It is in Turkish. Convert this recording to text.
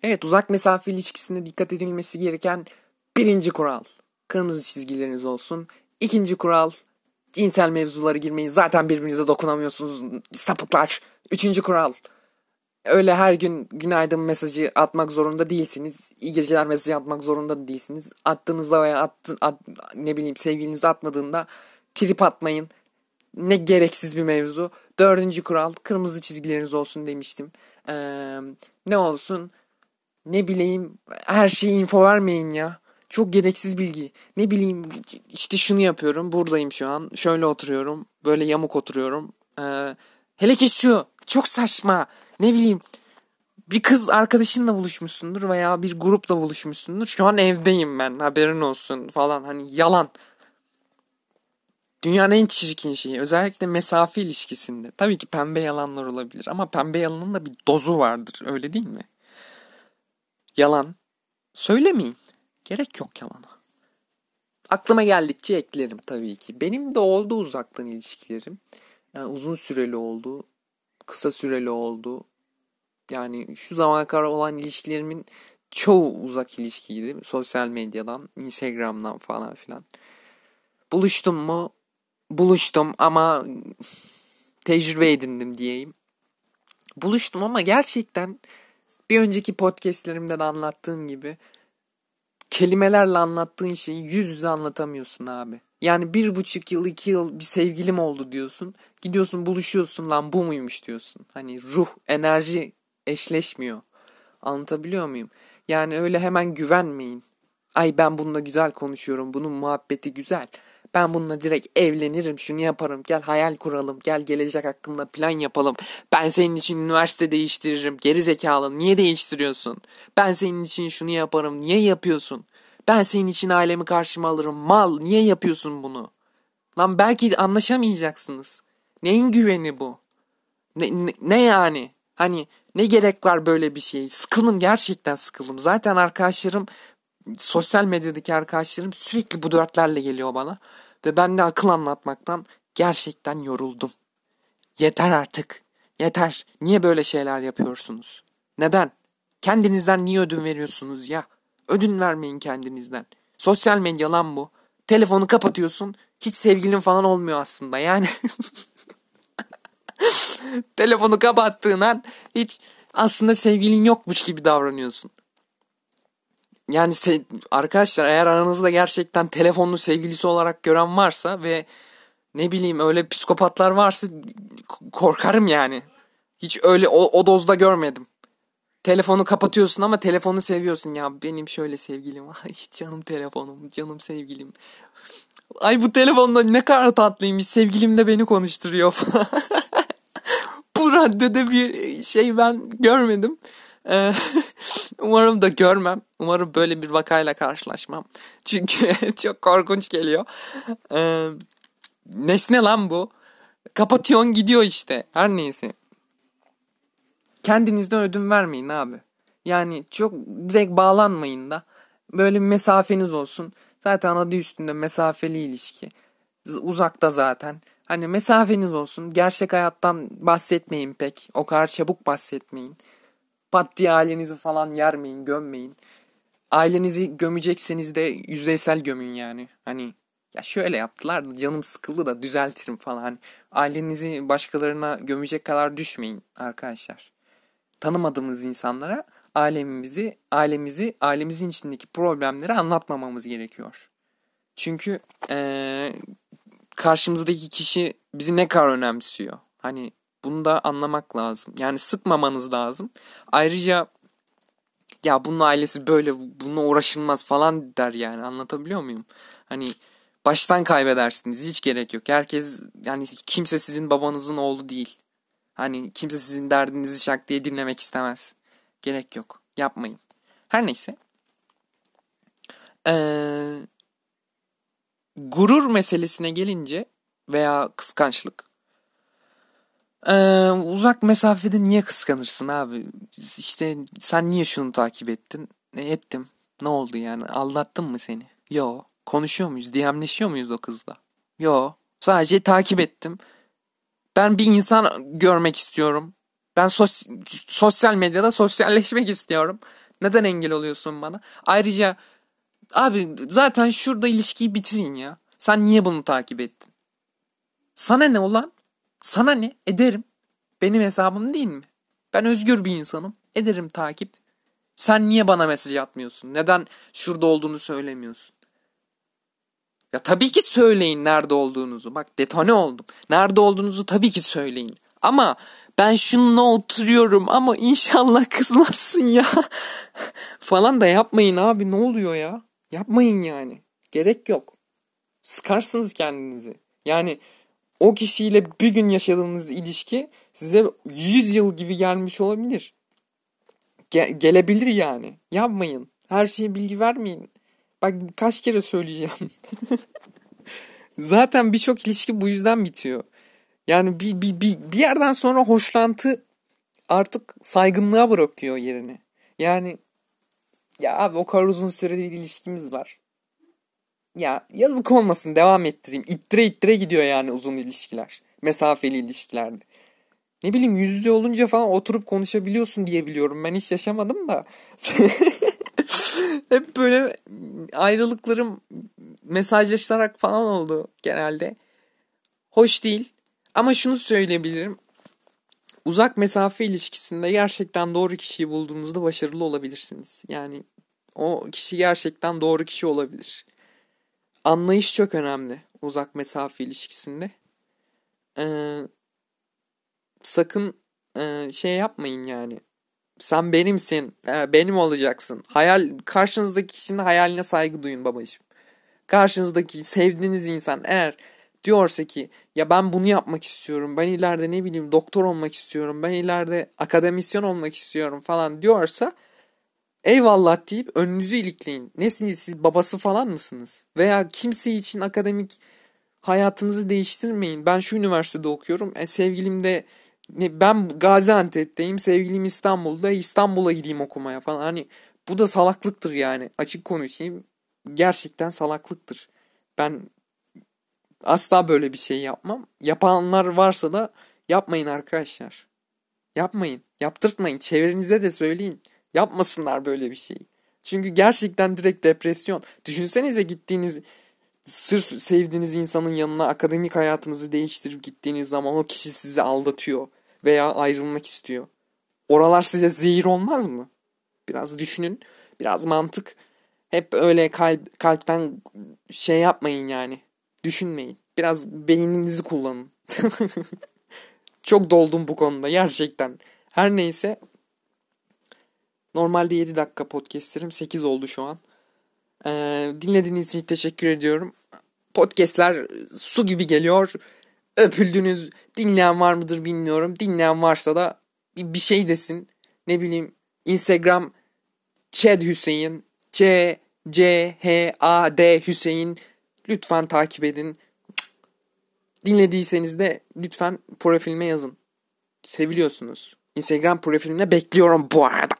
Evet, uzak mesafe ilişkisinde dikkat edilmesi gereken birinci kural: kırmızı çizgileriniz olsun. İkinci kural: cinsel mevzulara girmeyin. Zaten birbirinize dokunamıyorsunuz sapıklar. Üçüncü kural: öyle her gün günaydın mesajı atmak zorunda değilsiniz. İyi geceler mesajı atmak zorunda da değilsiniz. Attığınızda veya ne bileyim sevgilinize atmadığında trip atmayın. Ne gereksiz bir mevzu. Dördüncü kural: kırmızı çizgileriniz olsun demiştim. Ne olsun? Ne bileyim, her şeyi info vermeyin ya. Çok gereksiz bilgi. Ne bileyim, işte şunu yapıyorum. Buradayım şu an. Şöyle oturuyorum. Böyle yamuk oturuyorum. Hele ki şu. Çok saçma. Ne bileyim, bir kız arkadaşınla buluşmuşsundur veya bir grupla buluşmuşsundur. Şu an evdeyim ben, haberin olsun falan. Hani yalan. Dünyanın en çirkin şeyi. Özellikle mesafe ilişkisinde. Tabii ki pembe yalanlar olabilir ama pembe yalanın da bir dozu vardır. Öyle değil mi? Yalan söylemeyin. Gerek yok yalana. Aklıma geldikçe eklerim tabii ki. Benim de oldu uzaktan ilişkilerim. Yani uzun süreli oldu. Kısa süreli oldu. Yani şu zamana kadar olan ilişkilerimin çoğu uzak ilişkiydi. Sosyal medyadan, Instagram'dan falan filan. Buluştum mu? Buluştum ama tecrübe edindim diyeyim. Buluştum ama gerçekten bir önceki podcastlerimde de anlattığım gibi kelimelerle anlattığın şeyi yüz yüze anlatamıyorsun abi. Yani 1,5 yıl, 2 yıl bir sevgilim oldu diyorsun. Gidiyorsun buluşuyorsun, lan bu muymuş diyorsun. Hani ruh, enerji eşleşmiyor. Anlatabiliyor muyum? Yani öyle hemen güvenmeyin. Ay ben bununla güzel konuşuyorum, bunun muhabbeti güzel. Ben bununla direkt evlenirim, şunu yaparım, gel hayal kuralım, gel gelecek hakkında plan yapalım. Ben senin için üniversite değiştiririm, geri zekalı, niye değiştiriyorsun? Ben senin için şunu yaparım, niye yapıyorsun? Ben senin için ailemi karşıma alırım, mal, niye yapıyorsun bunu? Lan belki anlaşamayacaksınız. Neyin güveni bu? Ne yani? Hani ne gerek var böyle bir şey? Sıkıldım, gerçekten sıkıldım. Zaten arkadaşlarım, sosyal medyadaki arkadaşlarım sürekli bu dörtlerle geliyor bana. Ve ben de akıl anlatmaktan gerçekten yoruldum. Yeter artık. Yeter. Niye böyle şeyler yapıyorsunuz? Neden? Kendinizden niye ödün veriyorsunuz ya? Ödün vermeyin kendinizden. Sosyal medya lan bu. Telefonu kapatıyorsun. Hiç sevgilin falan olmuyor aslında. Yani telefonu kapattığın an hiç aslında sevgilin yokmuş gibi davranıyorsun. Yani arkadaşlar, eğer aranızda gerçekten telefonlu sevgilisi olarak gören varsa ve ne bileyim öyle psikopatlar varsa korkarım yani. Hiç öyle o dozda görmedim. Telefonu kapatıyorsun ama telefonu seviyorsun. Ya benim şöyle sevgilim var. Canım telefonum, canım sevgilim. Ay bu telefonda ne kadar tatlıymış. Sevgilim de beni konuşturuyor falan. Bu raddede bir şey ben görmedim. Ee, Umarım da görmem. Umarım böyle bir vakayla karşılaşmam. Çünkü çok korkunç geliyor. Ee, Nesne lan bu. Kapatıyorsun gidiyor işte. Her neyse. Kendinizden ödün vermeyin abi. Yani çok direkt bağlanmayın da. Böyle bir mesafeniz olsun. Zaten adı üstünde mesafeli ilişki. Uzakta zaten. Hani mesafeniz olsun. Gerçek hayattan bahsetmeyin pek. O kadar çabuk bahsetmeyin. Pat diye ailenizi falan yermeyin, gömmeyin. Ailenizi gömecekseniz de yüzeysel gömün yani. Hani ya şöyle yaptılar da canım sıkıldı da düzeltirim falan. Hani ailenizi başkalarına gömecek kadar düşmeyin arkadaşlar. Tanımadığımız insanlara ailemizin içindeki problemleri anlatmamamız gerekiyor. Çünkü karşımızdaki kişi bizi ne kadar önemsiyor. Hani bunu da anlamak lazım. Yani sıkmamanız lazım. Ayrıca ya bunun ailesi böyle, bununla uğraşılmaz falan der yani, anlatabiliyor muyum? Hani baştan kaybedersiniz, hiç gerek yok. Herkes, yani kimse sizin babanızın oğlu değil. Hani kimse sizin derdinizi şak diye dinlemek istemez. Gerek yok, yapmayın. Her neyse. Ee, Gurur meselesine gelince veya kıskançlık. Uzak mesafede niye kıskanırsın abi? İşte sen niye şunu takip ettin? Ettim. Ne oldu yani? Aldattım mı seni? Yo. Konuşuyor muyuz? DM'leşiyor muyuz o kızla? Yo. Sadece takip ettim. Ben bir insan görmek istiyorum. Ben sosyal medyada sosyalleşmek istiyorum. Neden engel oluyorsun bana? Ayrıca abi zaten şurada ilişkiyi bitirin ya. Sen niye bunu takip ettin? Sana ne ulan? Sana ne? Ederim. Benim hesabım değil mi? Ben özgür bir insanım. Ederim takip. Sen niye bana mesaj atmıyorsun? Neden şurada olduğunu söylemiyorsun? Ya tabii ki söyleyin nerede olduğunuzu. Bak detone oldum. Nerede olduğunuzu tabii ki söyleyin. Ama ben şununla oturuyorum ama inşallah kızmazsın ya. Falan da yapmayın abi, ne oluyor ya? Yapmayın yani. Gerek yok. Sıkarsınız kendinizi. Yani o kişiyle bir gün yaşadığınız ilişki size 100 yıl gibi gelmiş olabilir. Gelebilir yani. Yapmayın. Her şeye bilgi vermeyin. Bak kaç kere söyleyeceğim. Zaten birçok ilişki bu yüzden bitiyor. Yani bir yerden sonra hoşlantı artık saygınlığa bırakıyor yerini. Yani ya abi o kadar uzun süreli ilişkimiz var. Ya yazık olmasın, devam ettireyim. İttire ittire gidiyor yani uzun ilişkiler. Mesafeli ilişkilerde. Ne bileyim yüz yüze olunca falan oturup konuşabiliyorsun diye biliyorum. Ben hiç yaşamadım da. Hep böyle ayrılıklarım mesajlaşarak falan oldu genelde. Hoş değil. Ama şunu söyleyebilirim. Uzak mesafe ilişkisinde gerçekten doğru kişiyi bulduğunuzda başarılı olabilirsiniz. Yani o kişi gerçekten doğru kişi olabilir. Anlayış çok önemli uzak mesafe ilişkisinde. Ee, sakın şey yapmayın yani. Sen benimsin, benim olacaksın. Karşınızdaki kişinin hayaline saygı duyun babacığım. Karşınızdaki sevdiğiniz insan eğer diyorsa ki ya ben bunu yapmak istiyorum, ben ileride ne bileyim doktor olmak istiyorum, ben ileride akademisyen olmak istiyorum falan diyorsa eyvallah deyip önünüzü ilikleyin. Nesiniz siz, babası falan mısınız? Veya kimse için akademik hayatınızı değiştirmeyin. Ben şu üniversitede okuyorum. Sevgilim de ben Gaziantep'teyim. Sevgilim İstanbul'da. İstanbul'a gideyim okumaya falan. Hani bu da salaklıktır yani. Açık konuşayım. Gerçekten salaklıktır. Ben asla böyle bir şey yapmam. Yapanlar varsa da yapmayın arkadaşlar. Yapmayın. Yaptırtmayın. Çevrenize de söyleyin. Yapmasınlar böyle bir şeyi. Çünkü gerçekten direkt depresyon. Düşünsenize gittiğiniz sırf sevdiğiniz insanın yanına akademik hayatınızı değiştirip gittiğiniz zaman o kişi sizi aldatıyor veya ayrılmak istiyor. Oralar size zehir olmaz mı? Biraz düşünün. Biraz mantık. Hep öyle kalpten şey yapmayın yani. Düşünmeyin. Biraz beyninizi kullanın. Çok doldum bu konuda gerçekten. Her neyse. Normalde 7 dakika podcastlerim 8 oldu şu an. Dinlediğiniz için teşekkür ediyorum. Podcastler su gibi geliyor. Öpüldünüz. Dinleyen var mıdır bilmiyorum. Dinleyen varsa da bir şey desin. Ne bileyim Instagram Chad Hüseyin. C H A D Hüseyin. Lütfen takip edin. Dinlediyseniz de lütfen profilime yazın. Seviliyorsunuz. Instagram profilimde bekliyorum bu arada.